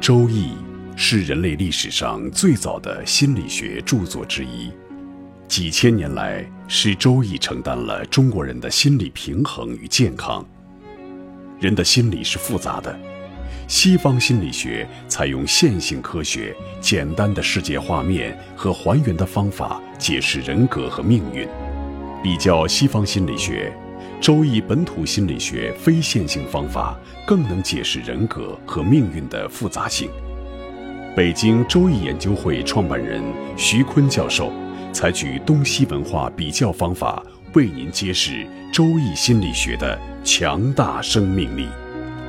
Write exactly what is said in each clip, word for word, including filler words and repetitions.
周易是人类历史上最早的心理学著作之一，几千年来是周易承担了中国人的心理平衡与健康。人的心理是复杂的，西方心理学采用线性科学、简单的世界画面和还原的方法解释人格和命运。比较西方心理学，周易本土心理学非线性方法更能解释人格和命运的复杂性。北京周易研究会创办人徐坤教授采取东西文化比较方法，为您揭示周易心理学的强大生命力。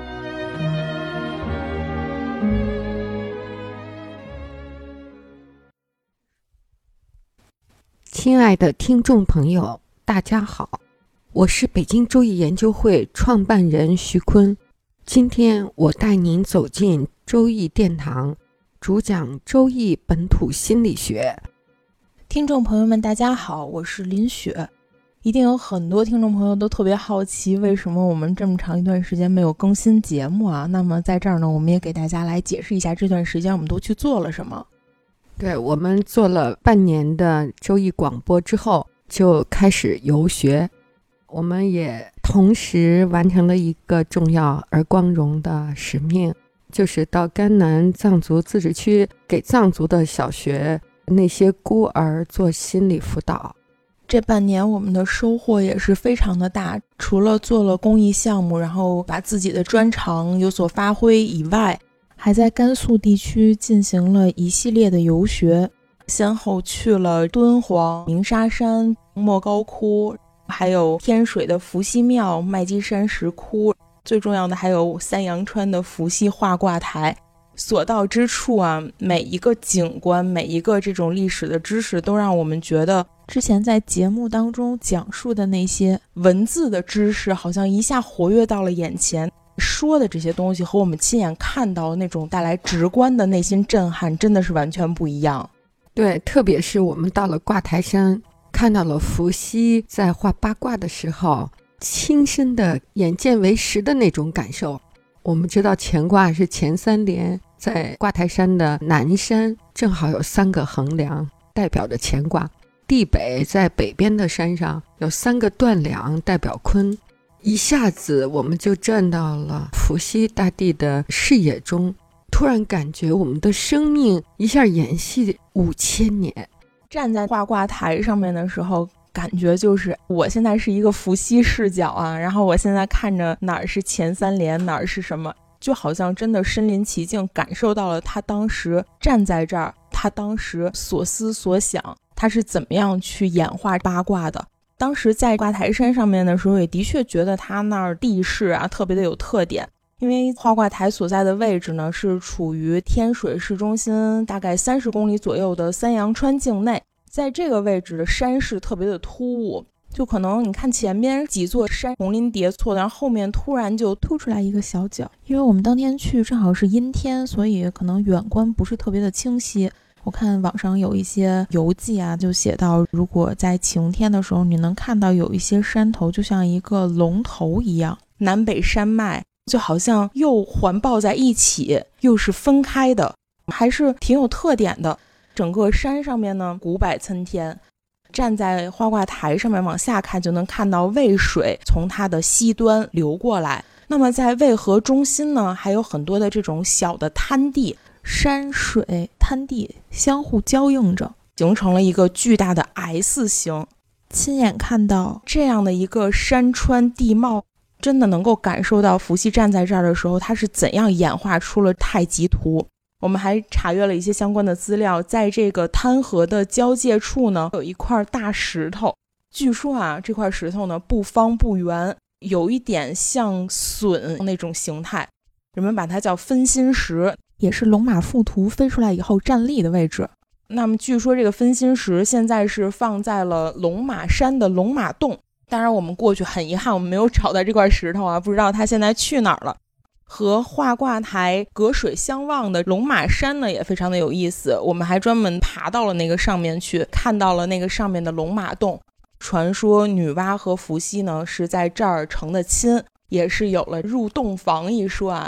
亲爱的听众朋友，大家好，我是北京周易研究会创办人徐坤。今天我带您走进周易殿堂，主讲周易本土心理学。 听众朋友们大家好，我是林雪。一定有很多听众朋友都特别好奇，为什么我们这么长一段时间没有更新节目啊？那么在这儿呢，我们也给大家来解释一下这段时间我们都去做了什么。 对，我们做了半年的周易广播之后，就开始游学。我们也同时完成了一个重要而光荣的使命，就是到甘南藏族自治区给藏族的小学那些孤儿做心理辅导。 这半年我们的收获也是非常的大，除了做了公益项目，然后把自己的专长有所发挥以外，还在甘肃地区进行了一系列的游学，先后去了敦煌、鸣沙山、莫高窟，还有天水的伏羲庙、麦积山石窟，最重要的还有三阳川的伏羲画卦台。所到之处啊，每一个景观，每一个这种历史的知识，都让我们觉得之前在节目当中讲述的那些文字的知识，好像一下活跃到了眼前。说的这些东西和我们亲眼看到那种带来直观的内心震撼，真的是完全不一样。 对，特别是我们到了卦台山，看到了伏羲在画八卦的时候，亲身的眼见为实的那种感受。我们知道乾卦是前三连，在卦台山的南山正好有三个横梁代表着乾卦，地北在北边的山上有三个断梁代表坤。一下子我们就站到了伏羲大帝的视野中，突然感觉我们的生命一下延续五千年。 站在画卦台上面的时候，感觉就是我现在是一个伏羲视角啊，然后我现在看着哪儿是前三连，哪儿是什么，就好像真的身临其境，感受到了他当时站在这儿，他当时所思所想，他是怎么样去演化八卦的。当时在卦台山上面的时候，也的确觉得他那儿地势啊特别的有特点，因为画卦台所在的位置呢是处于天水市中心大概三十公里左右的三阳川境内，在这个位置的山势特别的突兀，就可能你看前边几座山丛林叠错，然后后面突然就突出来一个小角。因为我们当天去正好是阴天，所以可能远观不是特别的清晰。我看网上有一些游记啊，就写到如果在晴天的时候，你能看到有一些山头就像一个龙头一样，南北山脉就好像又环抱在一起，又是分开的，还是挺有特点的。整个山上面呢古柏参天，站在画卦台上面往下看，就能看到渭水从它的西端流过来。那么在渭河中心呢，还有很多的这种小的滩地，山水滩地相互交映着，形成了一个巨大的 S 形。亲眼看到这样的一个山川地貌，真的能够感受到伏羲站在这儿的时候，他是怎样演化出了太极图。我们还查阅了一些相关的资料，在这个滩河的交界处呢，有一块大石头。据说啊，这块石头呢不方不圆，有一点像笋那种形态，人们把它叫分心石，也是龙马附图飞出来以后站立的位置。那么据说这个分心石现在是放在了龙马山的龙马洞，当然我们过去很遗憾我们没有找到这块石头啊，不知道它现在去哪儿了。和画卦台隔水相望的龙马山呢也非常的有意思，我们还专门爬到了那个上面去，看到了那个上面的龙马洞。传说女娲和伏羲呢是在这儿成的亲，也是有了入洞房一说啊。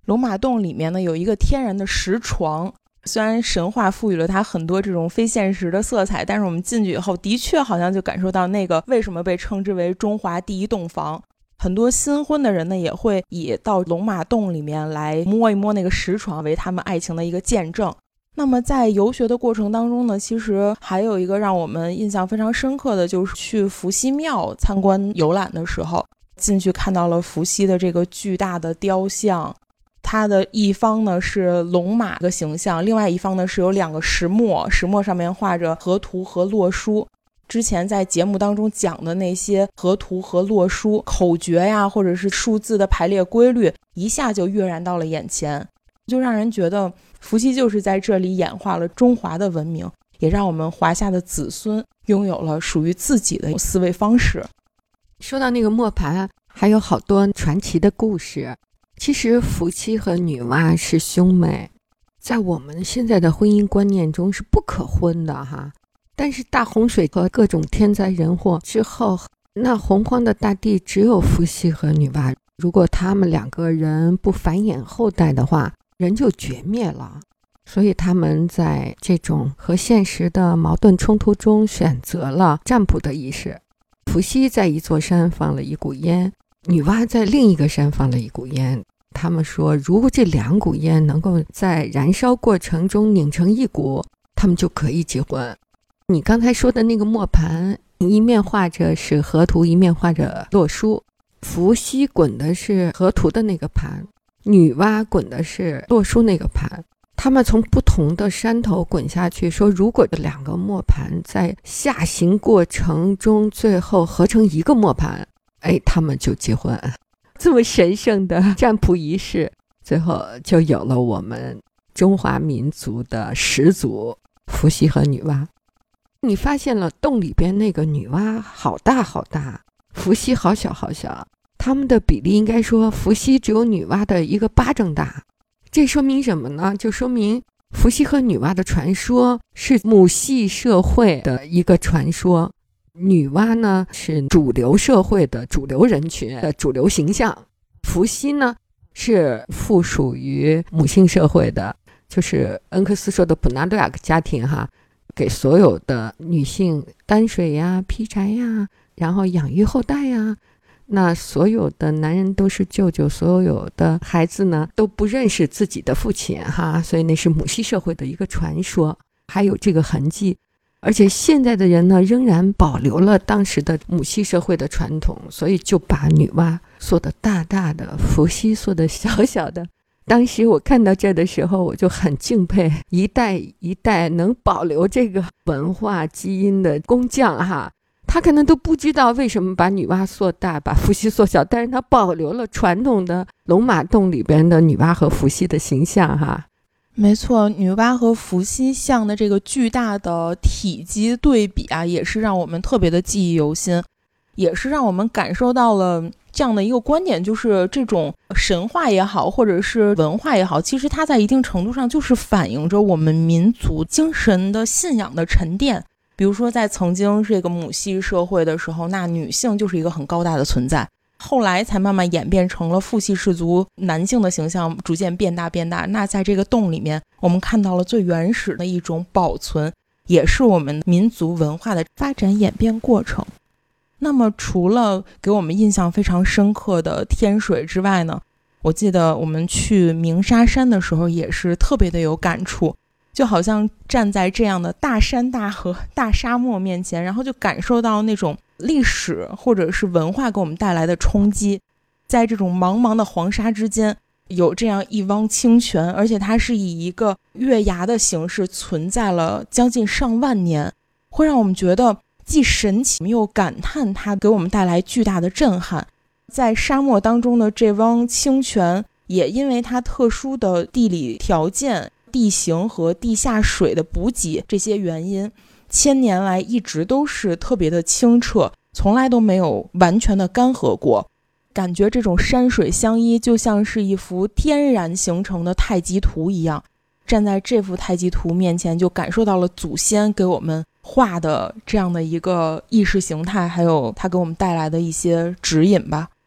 龙马洞里面呢有一个天然的石床，虽然神话赋予了它很多这种非现实的色彩，但是我们进去以后的确好像就感受到那个为什么被称之为中华第一洞房。很多新婚的人呢也会以到龙马洞里面来摸一摸那个石床为他们爱情的一个见证。那么在游学的过程当中呢，其实还有一个让我们印象非常深刻的，就是去伏羲庙参观游览的时候，进去看到了伏羲的这个巨大的雕像，它的一方呢是龙马的形象，另外一方呢是有两个石墨，石墨上面画着河图和洛书。之前在节目当中讲的那些河图和洛书口诀呀，或者是数字的排列规律，一下就跃然到了眼前，就让人觉得伏羲就是在这里演化了中华的文明，也让我们华夏的子孙拥有了属于自己的思维方式。 说到那个磨盘，还有好多传奇的故事。其实伏羲和女娲是兄妹，在我们现在的婚姻观念中是不可婚的哈。但是大洪水和各种天灾人祸之后，那洪荒的大地只有伏羲和女娲，如果他们两个人不繁衍后代的话，人就绝灭了。所以他们在这种和现实的矛盾冲突中选择了占卜的仪式。伏羲在一座山放了一股烟，女娲在另一个山放了一股烟。他们说，如果这两股烟能够在燃烧过程中拧成一股，他们就可以结婚。你刚才说的那个磨盘，一面画着是河图，一面画着洛书。伏羲滚的是河图的那个盘，女娲滚的是洛书那个盘。他们从不同的山头滚下去，说如果这两个磨盘在下行过程中最后合成一个磨盘，哎，他们就结婚。这么神圣的占卜仪式，最后就有了我们中华民族的始祖伏羲和女娲。你发现了洞里边那个女娲好大好大，伏羲好小好小，他们的比例应该说伏羲只有女娲的一个巴掌大。这说明什么呢？就说明伏羲和女娲的传说是母系社会的一个传说，女娲呢是主流社会的主流人群的主流形象，伏羲呢是附属于母性社会的，就是恩克斯说的普纳多亚克家庭哈，给所有的女性担水呀、劈柴呀，然后养育后代呀。那所有的男人都是舅舅，所有的孩子呢都不认识自己的父亲哈，所以那是母系社会的一个传说，还有这个痕迹。而且现在的人呢仍然保留了当时的母系社会的传统，所以就把女娲塑得大大的，伏羲塑得小小的。当时我看到这的时候，我就很敬佩一代一代能保留这个文化基因的工匠哈。他可能都不知道为什么把女娲塑大，把伏羲塑小，但是他保留了传统的龙马洞里边的女娲和伏羲的形象哈。 没错，女娲和伏羲像的这个巨大的体积对比啊，也是让我们特别的记忆犹新，也是让我们感受到了这样的一个观点，就是这种神话也好，或者是文化也好，其实它在一定程度上就是反映着我们民族精神的信仰的沉淀。比如说在曾经这个母系社会的时候，那女性就是一个很高大的存在，后来才慢慢演变成了父系氏族男性的形象逐渐变大变大。那在这个洞里面，我们看到了最原始的一种保存，也是我们民族文化的发展演变过程。那么除了给我们印象非常深刻的天水之外呢，我记得我们去鸣沙山的时候也是特别的有感触，就好像站在这样的大山大河大沙漠面前，然后就感受到那种历史或者是文化给我们带来的冲击。在这种茫茫的黄沙之间，有这样一汪清泉，而且它是以一个月牙的形式存在了将近上万年，会让我们觉得既神奇又感叹它给我们带来巨大的震撼。在沙漠当中的这汪清泉，也因为它特殊的地理条件、地形和地下水的补给这些原因，千年来一直都是特别的清澈，从来都没有完全的干涸过。感觉这种山水相依，就像是一幅天然形成的太极图一样。站在这幅太极图面前，就感受到了祖先给我们画的这样的一个意识形态，还有它给我们带来的一些指引吧。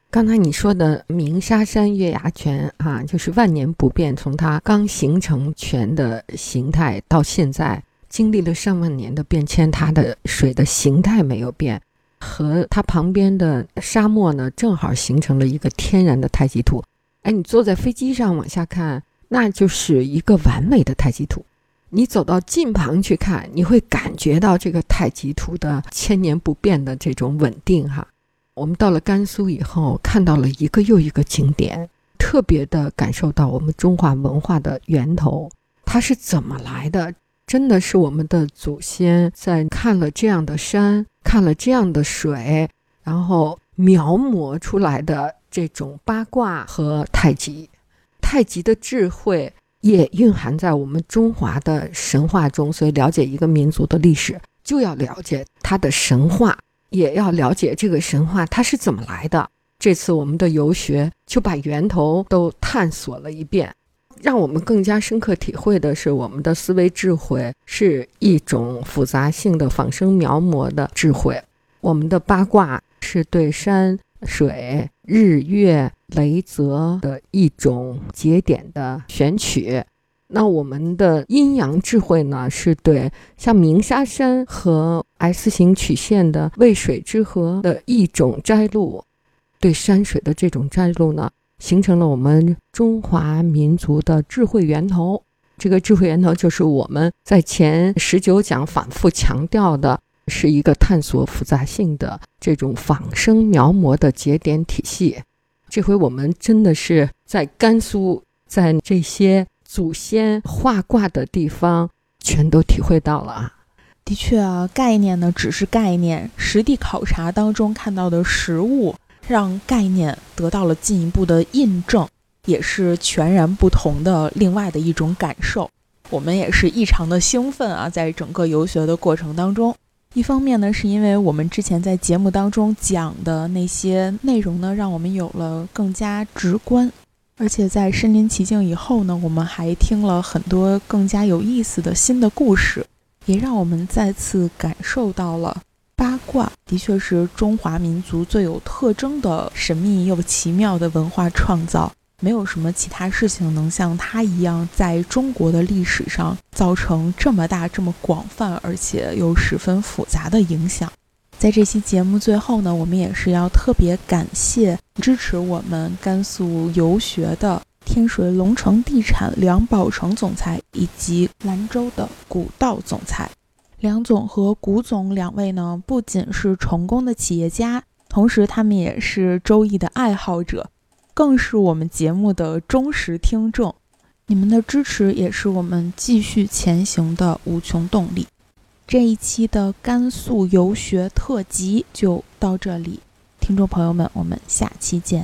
刚才你说的鸣沙山月牙泉啊，就是万年不变，从它刚形成泉的形态到现在经历了上万年的变迁，它的水的形态没有变，和它旁边的沙漠呢正好形成了一个天然的太极图。哎，你坐在飞机上往下看，那就是一个完美的太极图。你走到近旁去看，你会感觉到这个太极图的千年不变的这种稳定哈。我们到了甘肃以后，看到了一个又一个景点，特别的感受到我们中华文化的源头，它是怎么来的？真的是我们的祖先在看了这样的山，看了这样的水，然后描摹出来的这种八卦和太极。太极的智慧也蕴含在我们中华的神话中，所以了解一个民族的历史，就要了解它的神话，也要了解这个神话它是怎么来的。这次我们的游学就把源头都探索了一遍，让我们更加深刻体会的是，我们的思维智慧是一种复杂性的仿生描摹的智慧，我们的八卦是对山水日月雷泽的一种节点的选取，那我们的阴阳智慧呢，是对像鸣沙山和 S 型曲线的渭水之河的一种摘录，对山水的这种摘录呢，形成了我们中华民族的智慧源头。这个智慧源头就是我们在前十九讲反复强调的，是一个探索复杂性的这种仿生描摹的节点体系。这回我们真的是在甘肃，在这些祖先画卦的地方全都体会到了啊。 的确啊，概念呢只是概念，实地考察当中看到的实物让概念得到了进一步的印证，也是全然不同的另外的一种感受。我们也是异常的兴奋啊，在整个游学的过程当中，一方面呢是因为我们之前在节目当中讲的那些内容呢，让我们有了更加直观，而且在身临其境以后呢，我们还听了很多更加有意思的新的故事，也让我们再次感受到了八卦的确是中华民族最有特征的神秘又奇妙的文化创造，没有什么其他事情能像它一样在中国的历史上造成这么大这么广泛而且又十分复杂的影响。在这期节目最后呢，我们也是要特别感谢支持我们甘肃游学的天水龙城地产梁宝成总裁以及兰州的古道总裁。梁总和古总两位呢，不仅是成功的企业家，同时他们也是周易的爱好者，更是我们节目的忠实听众。你们的支持也是我们继续前行的无穷动力。这一期的甘肃游学特辑就到这里，听众朋友们，我们下期见。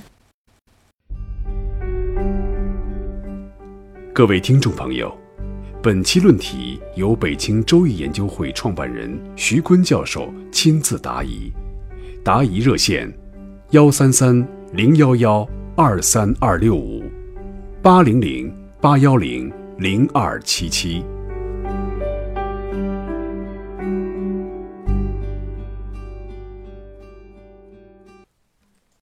各位听众朋友，本期论题由北京周易研究会创办人徐坤教授亲自答疑，答疑热线幺三三零幺幺二三二六五八零零八幺零零二七七。